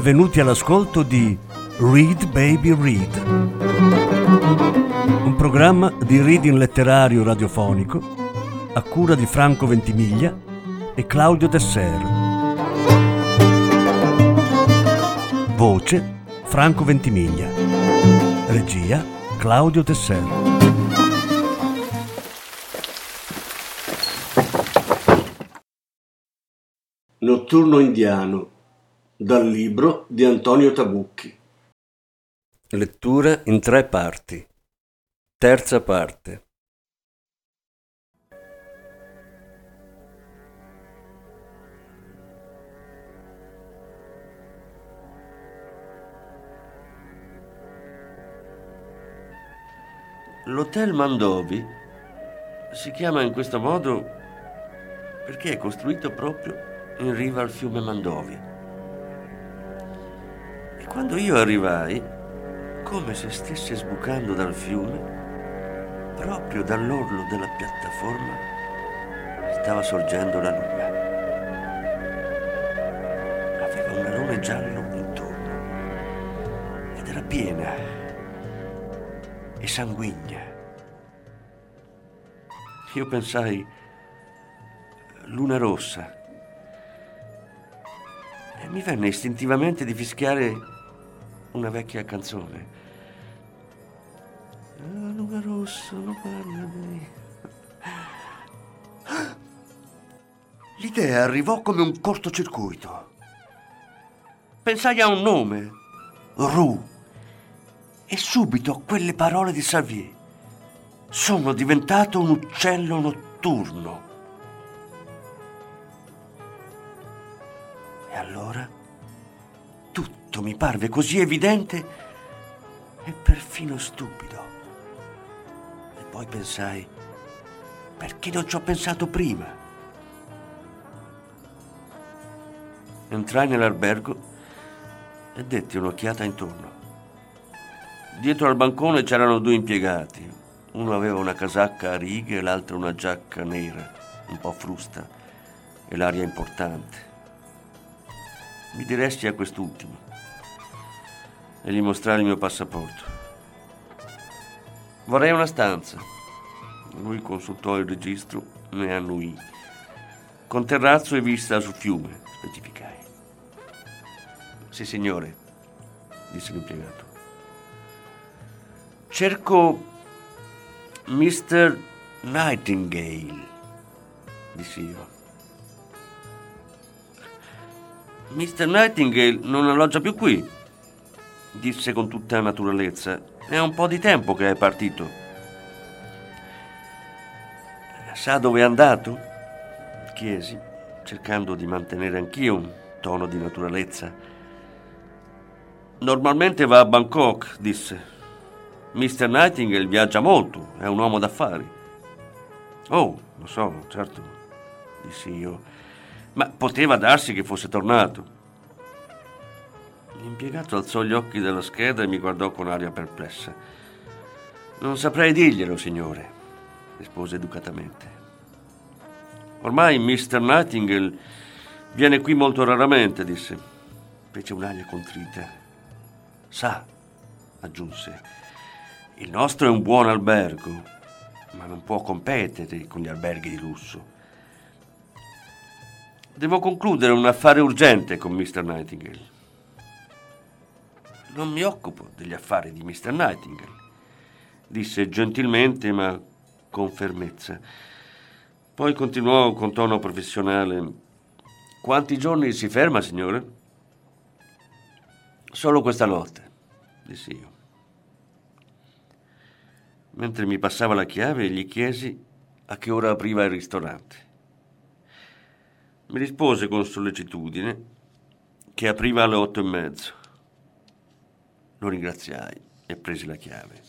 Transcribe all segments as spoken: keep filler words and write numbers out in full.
benvenuti all'ascolto di Read Baby Read, un programma di reading letterario radiofonico a cura di Franco Ventimiglia e Claudio Desser. Voce Franco Ventimiglia. Regia Claudio Desser. Notturno indiano, dal libro di Antonio Tabucchi. Lettura in tre parti. Terza parte. L'Hotel Mandovi si chiama in questo modo perché è costruito proprio in riva al fiume Mandovi. E quando io arrivai, come se stesse sbucando dal fiume, proprio dall'orlo della piattaforma stava sorgendo la luna. Aveva un alone giallo intorno ed era piena e sanguigna. Io pensai luna rossa e mi venne istintivamente di fischiare una vecchia canzone. La luna rossa non parla di me. L'idea arrivò come un cortocircuito. Pensai a un nome, Ru, e subito a quelle parole di Xavier. Sono diventato un uccello notturno. E allora tutto mi parve così evidente e perfino stupido. E poi pensai, perché non ci ho pensato prima? Entrai nell'albergo e detti un'occhiata intorno. Dietro al bancone c'erano due impiegati. Uno aveva una casacca a righe e l'altro una giacca nera, un po' frusta, e l'aria importante. Mi diressi a quest'ultimo e gli mostrai il mio passaporto. Vorrei una stanza. Lui consultò il registro, ne annuì. Con terrazzo e vista sul fiume, specificai. Sì, signore, disse l'impiegato. Cerco mister Nightingale, dissi io. mister Nightingale non alloggia più qui, disse con tutta naturalezza. È un po' di tempo che è partito. Sa dove è andato? Chiesi, cercando di mantenere anch'io un tono di naturalezza. Normalmente va a Bangkok, disse. mister Nightingale viaggia molto, è un uomo d'affari. Oh, lo so, certo, dissi io, ma poteva darsi che fosse tornato. L'impiegato alzò gli occhi dalla scheda e mi guardò con aria perplessa. Non saprei dirglielo, signore, rispose educatamente. Ormai mister Nightingale viene qui molto raramente, disse. Fece un'aria contrita. Sa, aggiunse, il nostro è un buon albergo, ma non può competere con gli alberghi di lusso. Devo concludere un affare urgente con mister Nightingale. Non mi occupo degli affari di mister Nightingale, disse gentilmente ma con fermezza. Poi continuò con tono professionale. Quanti giorni si ferma, signore? Solo questa notte, dissi io. Mentre mi passava la chiave, gli chiesi a che ora apriva il ristorante. Mi rispose con sollecitudine che apriva alle otto e mezzo. Lo ringraziai e presi la chiave.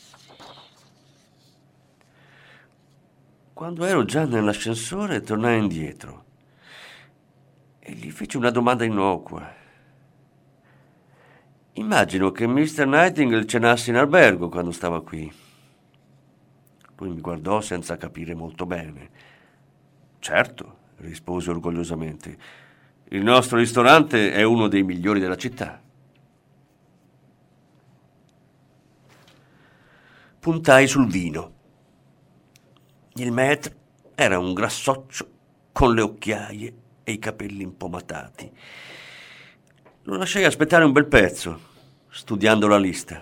Quando ero già nell'ascensore, tornai indietro e gli feci una domanda innocua. Immagino che mister Nightingale cenasse in albergo quando stava qui. Poi mi guardò senza capire molto bene. Certo, rispose orgogliosamente. Il nostro ristorante è uno dei migliori della città. puntai sul vino. Il maître era un grassoccio con le occhiaie e i capelli impomatati. Lo lasciai aspettare un bel pezzo, studiando la lista.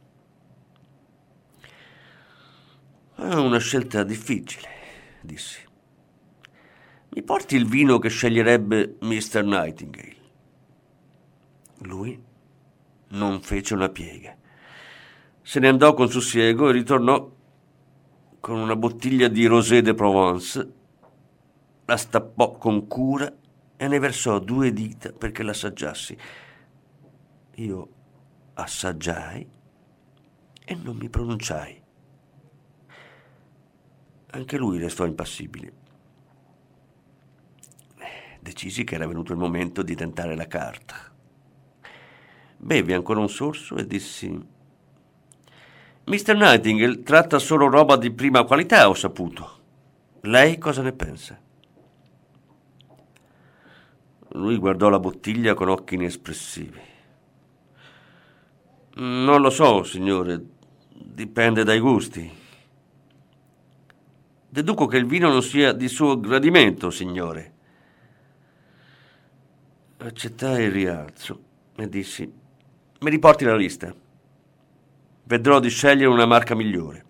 È una scelta difficile, dissi. Mi porti il vino che sceglierebbe mister Nightingale? Lui non fece una piega. Se ne andò con sussiego e ritornò con una bottiglia di Rosé de Provence, la stappò con cura e ne versò due dita perché l'assaggiassi. Io assaggiai e non mi pronunciai. Anche lui restò impassibile. Decisi che era venuto il momento di tentare la carta. Bevi ancora un sorso e dissi: mister Nightingale tratta solo roba di prima qualità, ho saputo. Lei cosa ne pensa? Lui guardò la bottiglia con occhi inespressivi. Non lo so, signore, dipende dai gusti. Deduco che il vino non sia di suo gradimento, signore. Accettai il rialzo e dissi: mi riporti la lista. Vedrò di scegliere una marca migliore.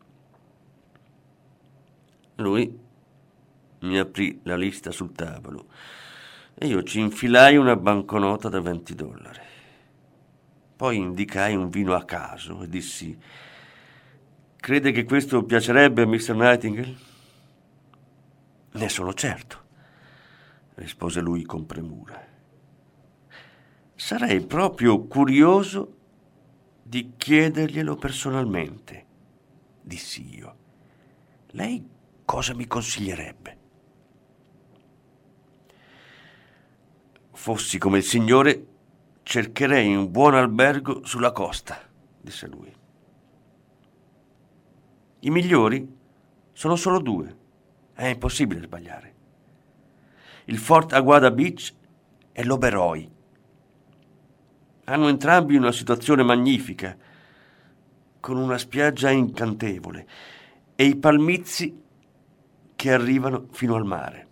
Lui mi aprì la lista sul tavolo e io ci infilai una banconota da venti dollari. Poi indicai un vino a caso e dissi: crede che questo piacerebbe a mister Nightingale? Ne sono certo, rispose lui con premura. Sarei proprio curioso di chiederglielo personalmente, dissi io. Lei cosa mi consiglierebbe? Fossi come il signore, cercherei un buon albergo sulla costa, disse lui. I migliori sono solo due, è impossibile sbagliare. Il Fort Aguada Beach e l'Oberoi. Hanno entrambi una situazione magnifica, con una spiaggia incantevole e i palmizi che arrivano fino al mare.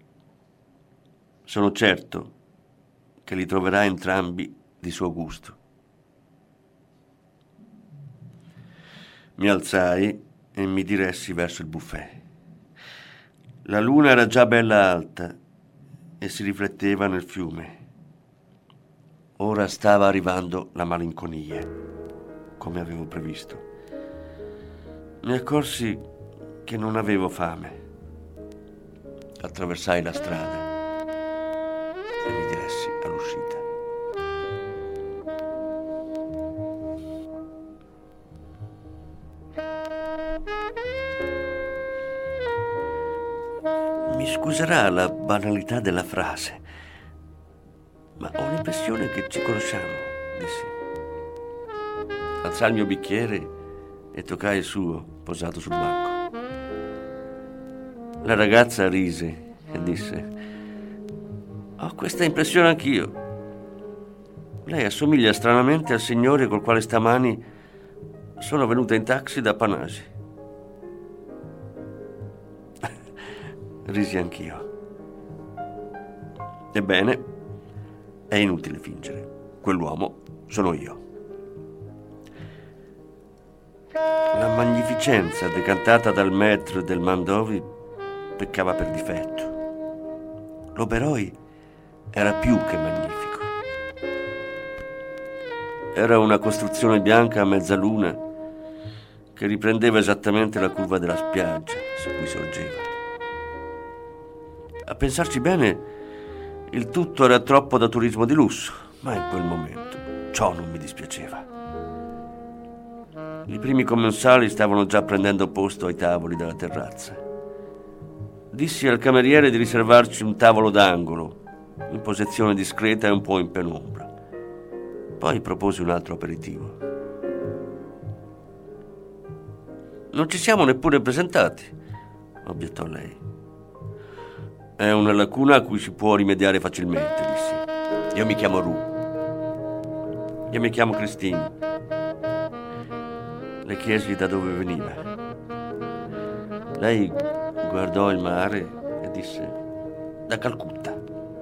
Sono certo che li troverà entrambi di suo gusto. Mi alzai e mi diressi verso il buffet. La luna era già bella alta e si rifletteva nel fiume. Ora stava arrivando la malinconia, come avevo previsto. Mi accorsi che non avevo fame. Attraversai la strada e mi diressi all'uscita. Mi scuserà la banalità della frase, ma ho l'impressione che ci conosciamo, dissi. Alzai il mio bicchiere e toccai il suo, posato sul banco. La ragazza rise e disse: ho questa impressione anch'io. Lei assomiglia stranamente al signore col quale stamani sono venuta in taxi da Panasi. Risi anch'io. Ebbene, è inutile fingere. Quell'uomo sono io. La magnificenza decantata dal maître del Mandovi peccava per difetto. L'Oberoi era più che magnifico. Era una costruzione bianca a mezzaluna che riprendeva esattamente la curva della spiaggia su cui sorgeva. A pensarci bene, il tutto era troppo da turismo di lusso, ma in quel momento ciò non mi dispiaceva. I primi commensali stavano già prendendo posto ai tavoli della terrazza. Dissi al cameriere di riservarci un tavolo d'angolo, in posizione discreta e un po' in penombra. Poi proposi un altro aperitivo. Non ci siamo neppure presentati, obiettò lei. È una lacuna a cui si può rimediare facilmente, dissi. Io mi chiamo Ru. Io mi chiamo Christine. Le chiesi da dove veniva. Lei guardò il mare e disse: da Calcutta.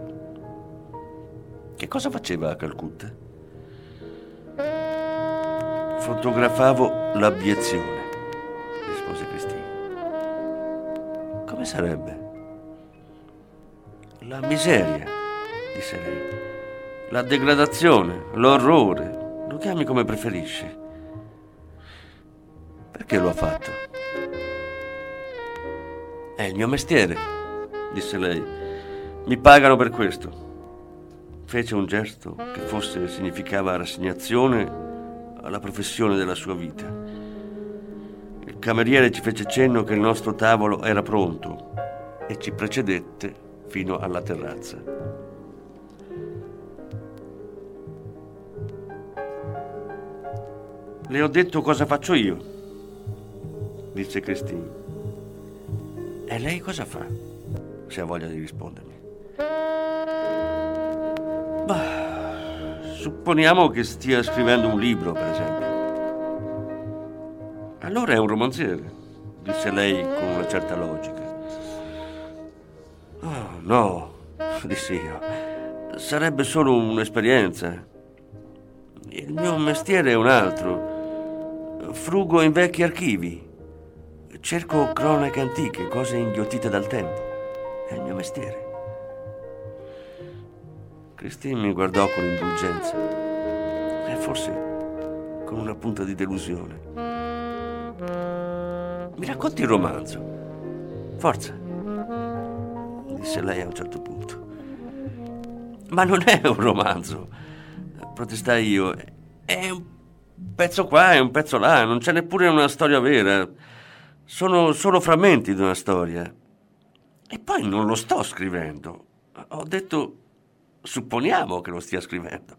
Che cosa faceva a Calcutta? Fotografavo l'abiezione, rispose Christine. Come sarebbe? La miseria, disse lei. La degradazione, l'orrore. Lo chiami come preferisci. Perché lo ha fatto? È il mio mestiere, disse lei. Mi pagano per questo. Fece un gesto che forse significava rassegnazione alla professione della sua vita. Il cameriere ci fece cenno che il nostro tavolo era pronto e ci precedette fino alla terrazza. Le ho detto cosa faccio io, disse Christine. E lei cosa fa? Se ha voglia di rispondermi. Bah, supponiamo che stia scrivendo un libro, per esempio. Allora è un romanziere, disse lei con una certa logica. Oh, no, dissi io. Sarebbe solo un'esperienza. Il mio mestiere è un altro. Frugo in vecchi archivi. Cerco cronache antiche, cose inghiottite dal tempo. È il mio mestiere. Christine mi guardò con indulgenza e forse con una punta di delusione. Mi racconti il romanzo? Forza, disse lei a un certo punto. Ma non è un romanzo, protestai io. È un pezzo qua e un pezzo là, non c'è neppure una storia vera. Sono solo frammenti di una storia. E poi non lo sto scrivendo. Ho detto, supponiamo che lo stia scrivendo.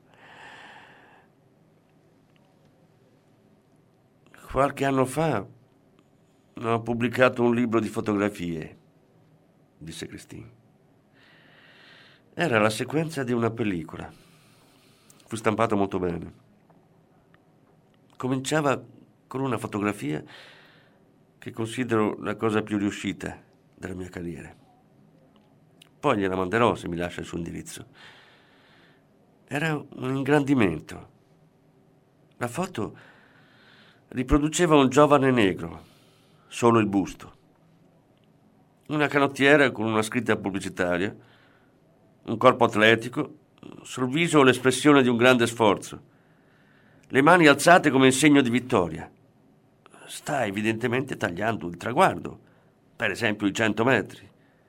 Qualche anno fa ho pubblicato un libro di fotografie, disse Christine. Era la sequenza di una pellicola. Fu stampato molto bene. Cominciava con una fotografia che considero la cosa più riuscita della mia carriera. Poi gliela manderò se mi lascia il suo indirizzo. Era un ingrandimento. La foto riproduceva un giovane negro, solo il busto. Una canottiera con una scritta pubblicitaria, un corpo atletico, sul viso l'espressione di un grande sforzo, le mani alzate come in segno di vittoria. Sta evidentemente tagliando il traguardo, per esempio i cento metri.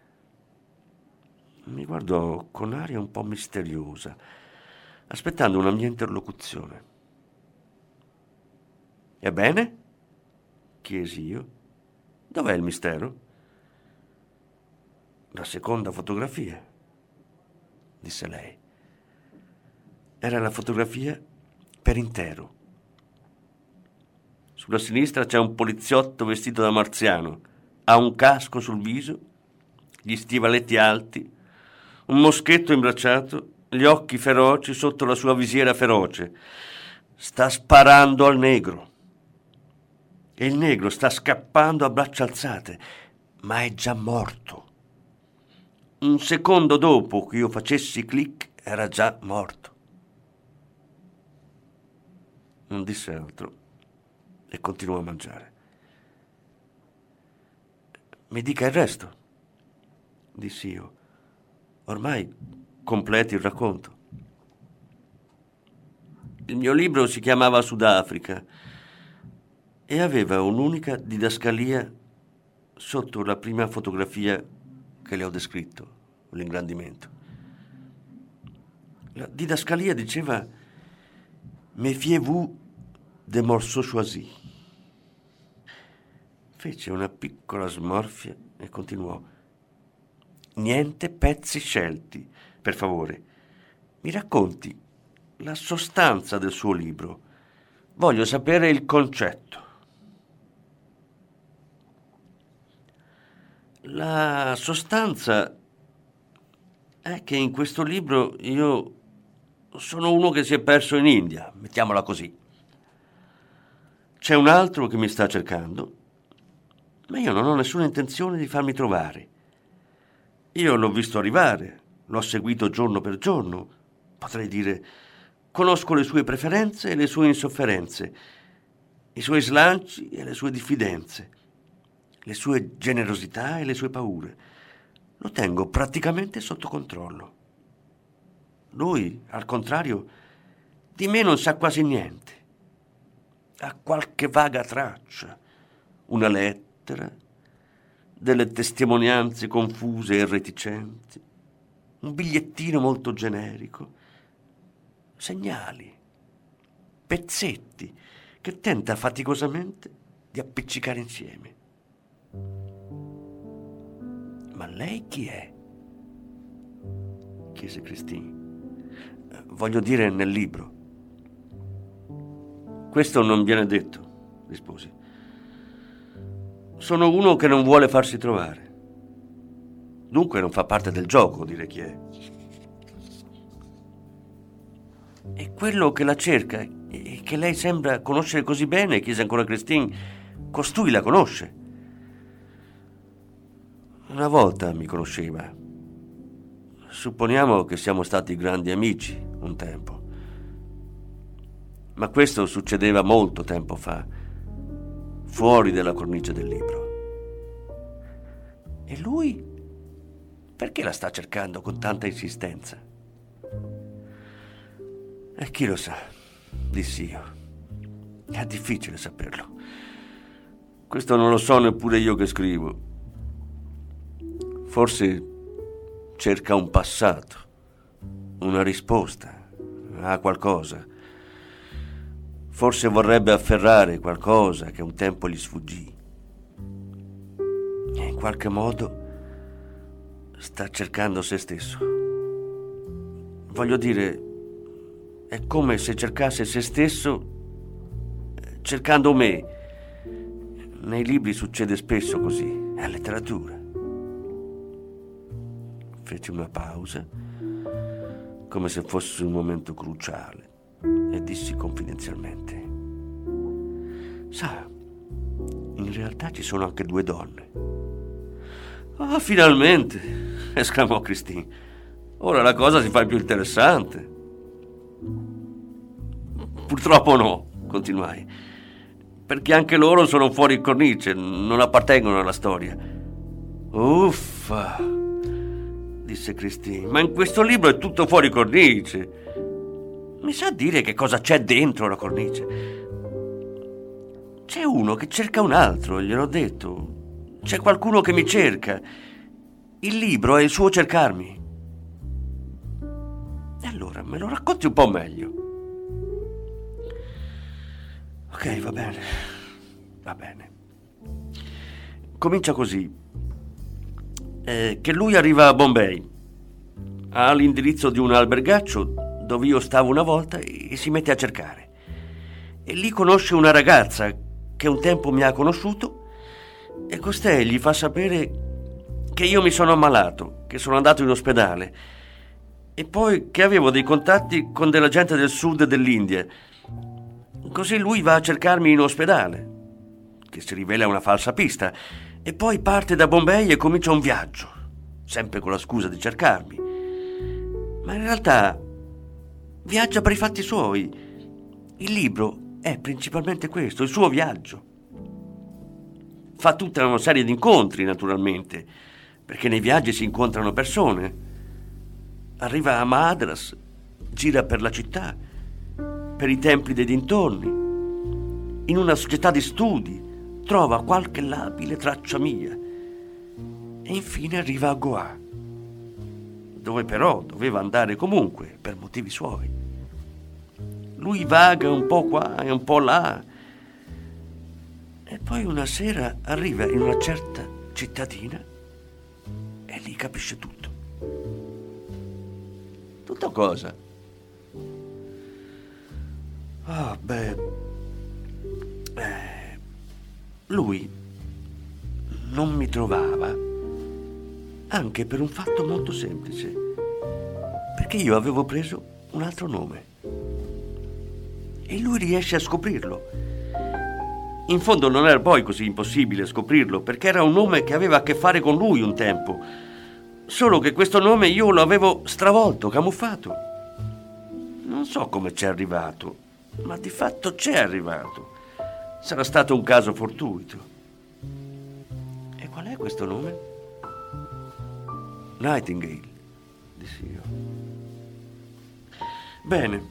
Mi guardò con aria un po' misteriosa, aspettando una mia interlocuzione. Ebbene? Chiesi io. Dov'è il mistero? La seconda fotografia, disse lei. Era la fotografia per intero. Sulla sinistra c'è un poliziotto vestito da marziano, ha un casco sul viso, gli stivaletti alti, un moschetto imbracciato, gli occhi feroci sotto la sua visiera feroce. Sta sparando al negro. E il negro sta scappando a braccia alzate, ma è già morto. Un secondo dopo che io facessi clic era già morto. Non disse altro e continuò a mangiare. Mi dica il resto, dissi io. Ormai completi il racconto. Il mio libro si chiamava Sudafrica e aveva un'unica didascalia sotto la prima fotografia che le ho descritto, l'ingrandimento. La didascalia diceva «Méfiez-vous des morceaux choisis». Fece una piccola smorfia e continuò. «Niente pezzi scelti, per favore. Mi racconti la sostanza del suo libro. Voglio sapere il concetto». La sostanza è che in questo libro io sono uno che si è perso in India, mettiamola così. c'è un altro che mi sta cercando, ma io non ho nessuna intenzione di farmi trovare. Io l'ho visto arrivare, l'ho seguito giorno per giorno, potrei dire, conosco le sue preferenze e le sue insofferenze, i suoi slanci e le sue diffidenze, le sue generosità e le sue paure. Lo tengo praticamente sotto controllo. Lui, al contrario, di me non sa quasi niente. Ha qualche vaga traccia, una lettera, delle testimonianze confuse e reticenti, un bigliettino molto generico, segnali, pezzetti che tenta faticosamente di appiccicare insieme. Ma lei chi è? Chiese Christine. Voglio dire, nel libro. Questo non viene detto, risposi. Sono uno che non vuole farsi trovare. Dunque non fa parte del gioco dire chi è. E quello che la cerca e che lei sembra conoscere così bene, chiese ancora Christine, costui la conosce. Una volta mi conosceva. Supponiamo che siamo stati grandi amici un tempo. Ma questo succedeva molto tempo fa, fuori dalla cornice del libro. E lui? Perché la sta cercando con tanta insistenza? E chi lo sa, dissi io. È difficile saperlo. Questo non lo so neppure io che scrivo. Forse cerca un passato, una risposta a qualcosa. Forse vorrebbe afferrare qualcosa che un tempo gli sfuggì. E in qualche modo sta cercando se stesso. Voglio dire, è come se cercasse se stesso cercando me. Nei libri succede spesso così, è letteratura. Feci una pausa, come se fosse un momento cruciale, e dissi confidenzialmente: sa, in realtà ci sono anche due donne. Ah, finalmente! Esclamò Christine. Ora la cosa si fa più interessante. Purtroppo no, continuai, perché anche loro sono fuori cornice, non appartengono alla storia. Uffa, disse Christine, ma in questo libro è tutto fuori cornice. Mi sa dire che cosa c'è dentro la cornice? C'è uno che cerca un altro, gliel'ho detto. C'è qualcuno che mi cerca. Il libro è il suo cercarmi. E allora me lo racconti un po' meglio. Ok, va bene. Va bene. Comincia così. Eh, che lui arriva a Bombay. Ha l'indirizzo di un albergaccio dove io stavo una volta e si mette a cercare. E lì conosce una ragazza che un tempo mi ha conosciuto e costei gli fa sapere che io mi sono ammalato, che sono andato in ospedale e poi che avevo dei contatti con della gente del sud dell'India. Così lui va a cercarmi in ospedale, che si rivela una falsa pista, e poi parte da Bombay e comincia un viaggio, sempre con la scusa di cercarmi. Ma in realtà viaggia per i fatti suoi. Il libro è principalmente questo, il suo viaggio. Fa tutta una serie di incontri, naturalmente, perché nei viaggi si incontrano persone. Arriva a Madras, gira per la città, per i templi dei dintorni. In una società di studi trova qualche labile traccia mia. E infine arriva a Goa, dove però doveva andare comunque, per motivi suoi. Lui vaga un po' qua e un po' là. E poi una sera arriva in una certa cittadina e lì capisce tutto. Tutto cosa? Ah, beh... Eh, lui non mi trovava anche per un fatto molto semplice, perché io avevo preso un altro nome. E lui riesce a scoprirlo. In fondo non era poi così impossibile scoprirlo, perché era un nome che aveva a che fare con lui un tempo. Solo che questo nome io lo avevo stravolto, camuffato. Non so come c'è arrivato, ma di fatto c'è arrivato. Sarà stato un caso fortuito. E qual è questo nome? Nightingale, dissi io. Bene.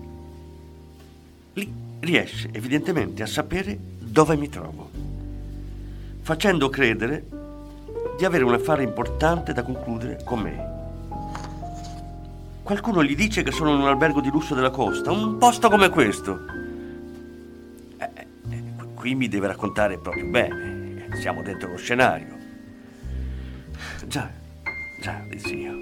Lì riesce evidentemente a sapere dove mi trovo, facendo credere di avere un affare importante da concludere con me. Qualcuno gli dice che sono in un albergo di lusso della costa, un posto come questo. Eh, eh, qui mi deve raccontare proprio bene, siamo dentro lo scenario. Già, già, dissi io.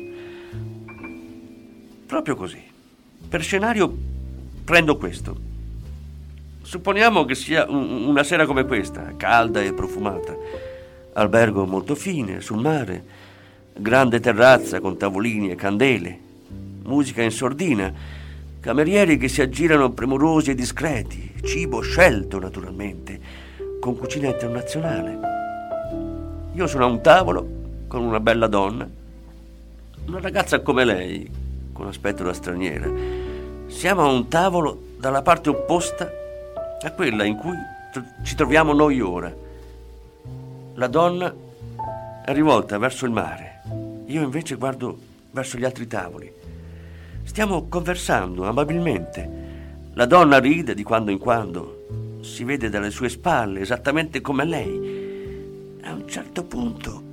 Proprio così. Per scenario prendo questo. Supponiamo che sia un, una sera come questa, calda e profumata. Albergo molto fine, sul mare, grande terrazza con tavolini e candele, musica in sordina, camerieri che si aggirano premurosi e discreti, cibo scelto naturalmente, con cucina internazionale. Io sono a un tavolo con una bella donna, una ragazza come lei, con aspetto da straniera. Siamo a un tavolo dalla parte opposta a quella in cui ci troviamo noi ora. La donna è rivolta verso il mare, io invece guardo verso gli altri tavoli. Stiamo conversando amabilmente. La donna ride di quando in quando, si vede dalle sue spalle esattamente come lei. A un certo punto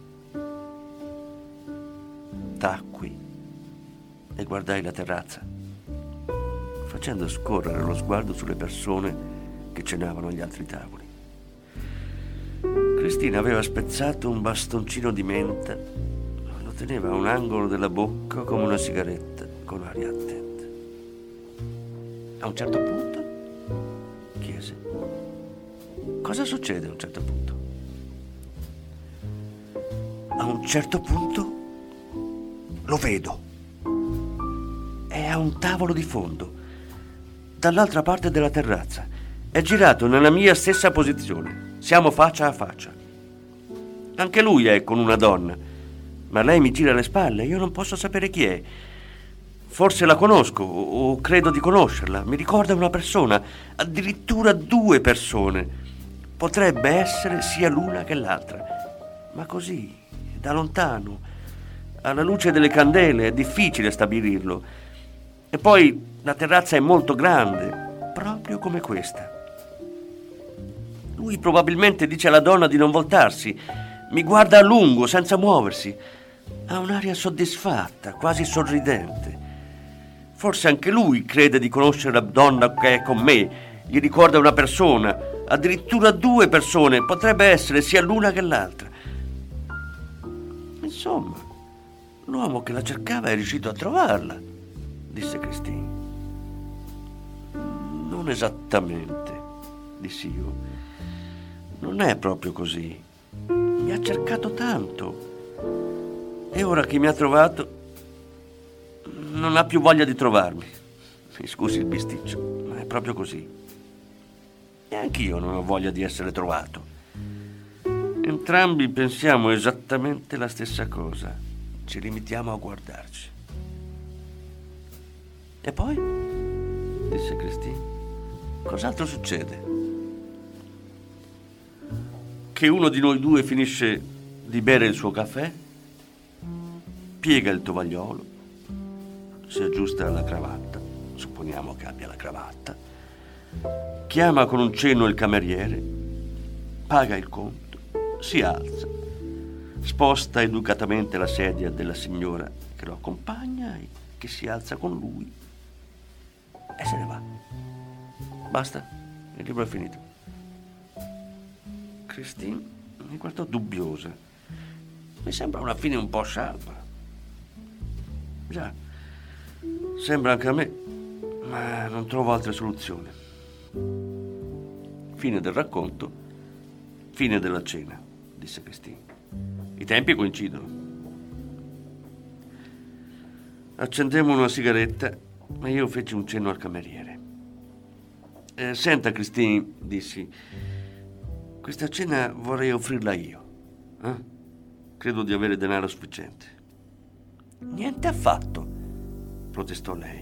tacqui e guardai la terrazza, facendo scorrere lo sguardo sulle persone che cenavano agli altri tavoli. Cristina aveva spezzato un bastoncino di menta, lo teneva a un angolo della bocca come una sigaretta, con aria attenta. A un certo punto chiese: cosa succede a un certo punto? A un certo punto lo vedo. È a un tavolo di fondo, dall'altra parte della terrazza. È girato nella mia stessa posizione. Siamo faccia a faccia. Anche lui è con una donna, ma lei mi gira le spalle e io non posso sapere chi è. Forse la conosco o credo di conoscerla. Mi ricorda una persona, addirittura due persone. Potrebbe essere sia l'una che l'altra. Ma così, da lontano, alla luce delle candele, è difficile stabilirlo. E poi la terrazza è molto grande, proprio come questa. Lui probabilmente dice alla donna di non voltarsi. Mi guarda a lungo, senza muoversi. Ha un'aria soddisfatta, quasi sorridente. Forse anche lui crede di conoscere la donna che è con me. Gli ricorda una persona, addirittura due persone. Potrebbe essere sia l'una che l'altra. Insomma, l'uomo che la cercava è riuscito a trovarla, disse Christine. Non esattamente, dissi io. Non è proprio così. Mi ha cercato tanto. E ora che mi ha trovato, non ha più voglia di trovarmi. Mi scusi il bisticcio, ma è proprio così. E anch'io non ho voglia di essere trovato. Entrambi pensiamo esattamente la stessa cosa. Ci limitiamo a guardarci. E poi? Disse Christine. Cos'altro succede? Che uno di noi due finisce di bere il suo caffè, piega il tovagliolo, si aggiusta la cravatta, supponiamo che abbia la cravatta, chiama con un cenno il cameriere, paga il conto, si alza, sposta educatamente la sedia della signora che lo accompagna e che si alza con lui e se ne va. Basta, il libro è finito. Christine mi guardò dubbiosa. Mi sembra una fine un po' scialba. Già, sembra anche a me, ma non trovo altre soluzioni. Fine del racconto, fine della cena, disse Christine. I tempi coincidono. Accendemmo una sigaretta e io feci un cenno al cameriere. Eh, senta, Christine, dissi, Questa cena vorrei offrirla io. Eh? Credo di avere denaro sufficiente. Niente affatto, protestò lei.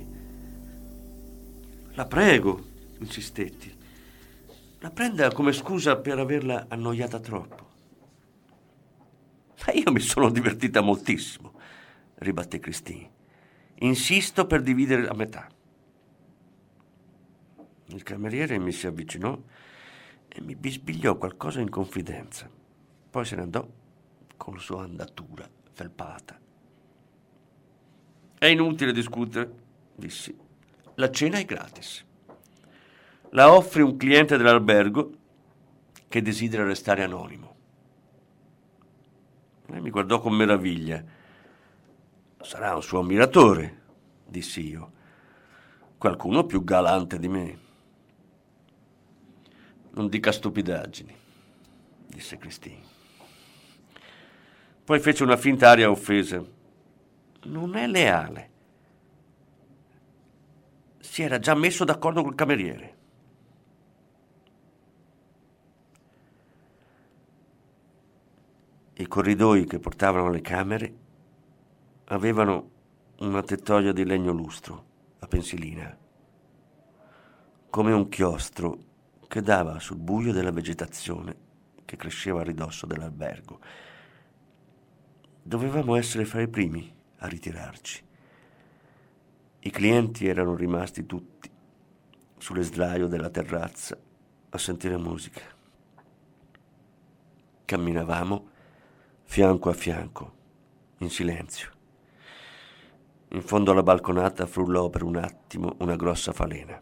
La prego, insistetti. La prenda come scusa per averla annoiata troppo. Ma io mi sono divertita moltissimo, ribatté Christine. Insisto per dividere a metà. Il cameriere mi si avvicinò e mi bisbigliò qualcosa in confidenza. Poi se ne andò con la sua andatura felpata. È inutile discutere, dissi. La cena è gratis. La offri un cliente dell'albergo che desidera restare anonimo. Lei mi guardò con meraviglia. Sarà un suo ammiratore, dissi io. Qualcuno più galante di me. Non dica stupidaggini, disse Christine. Poi fece una finta aria offesa. Non è leale. Si era già messo d'accordo col cameriere. I corridoi che portavano alle camere avevano una tettoia di legno lustro a pensilina, come un chiostro che dava sul buio della vegetazione che cresceva a ridosso dell'albergo. Dovevamo essere fra i primi a ritirarci. I clienti erano rimasti tutti sulle sdraio della terrazza a sentire musica. Camminavamo fianco a fianco, in silenzio. In fondo alla balconata frullò per un attimo una grossa falena.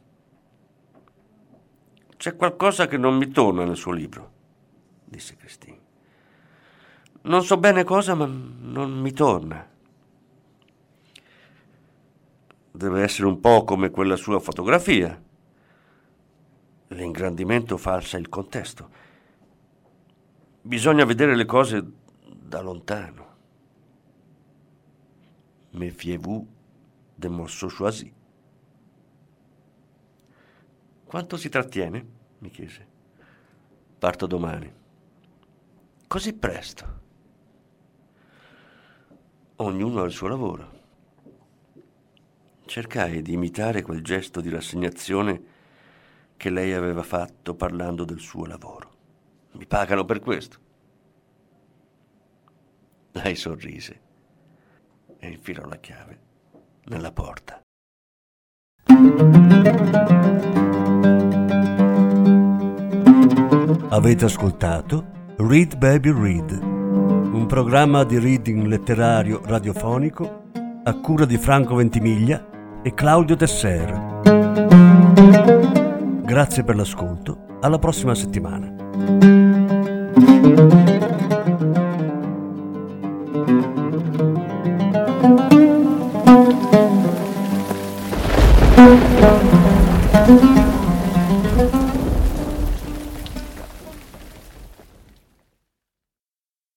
C'è qualcosa che non mi torna nel suo libro, disse Christine. Non so bene cosa, ma non mi torna. Deve essere un po' come quella sua fotografia. L'ingrandimento falsa il contesto. Bisogna vedere le cose da lontano. Méfiez-vous de morceaux choisis. Quanto si trattiene? Mi chiese. Parto domani. Così presto? Ognuno ha il suo lavoro. Cercai di imitare quel gesto di rassegnazione che lei aveva fatto parlando del suo lavoro. Mi pagano per questo. Lei sorrise e infilò la chiave nella porta. Avete ascoltato Read Baby Read, un programma di reading letterario radiofonico a cura di Franco Ventimiglia e Claudio Tesser. Grazie per l'ascolto, alla prossima settimana.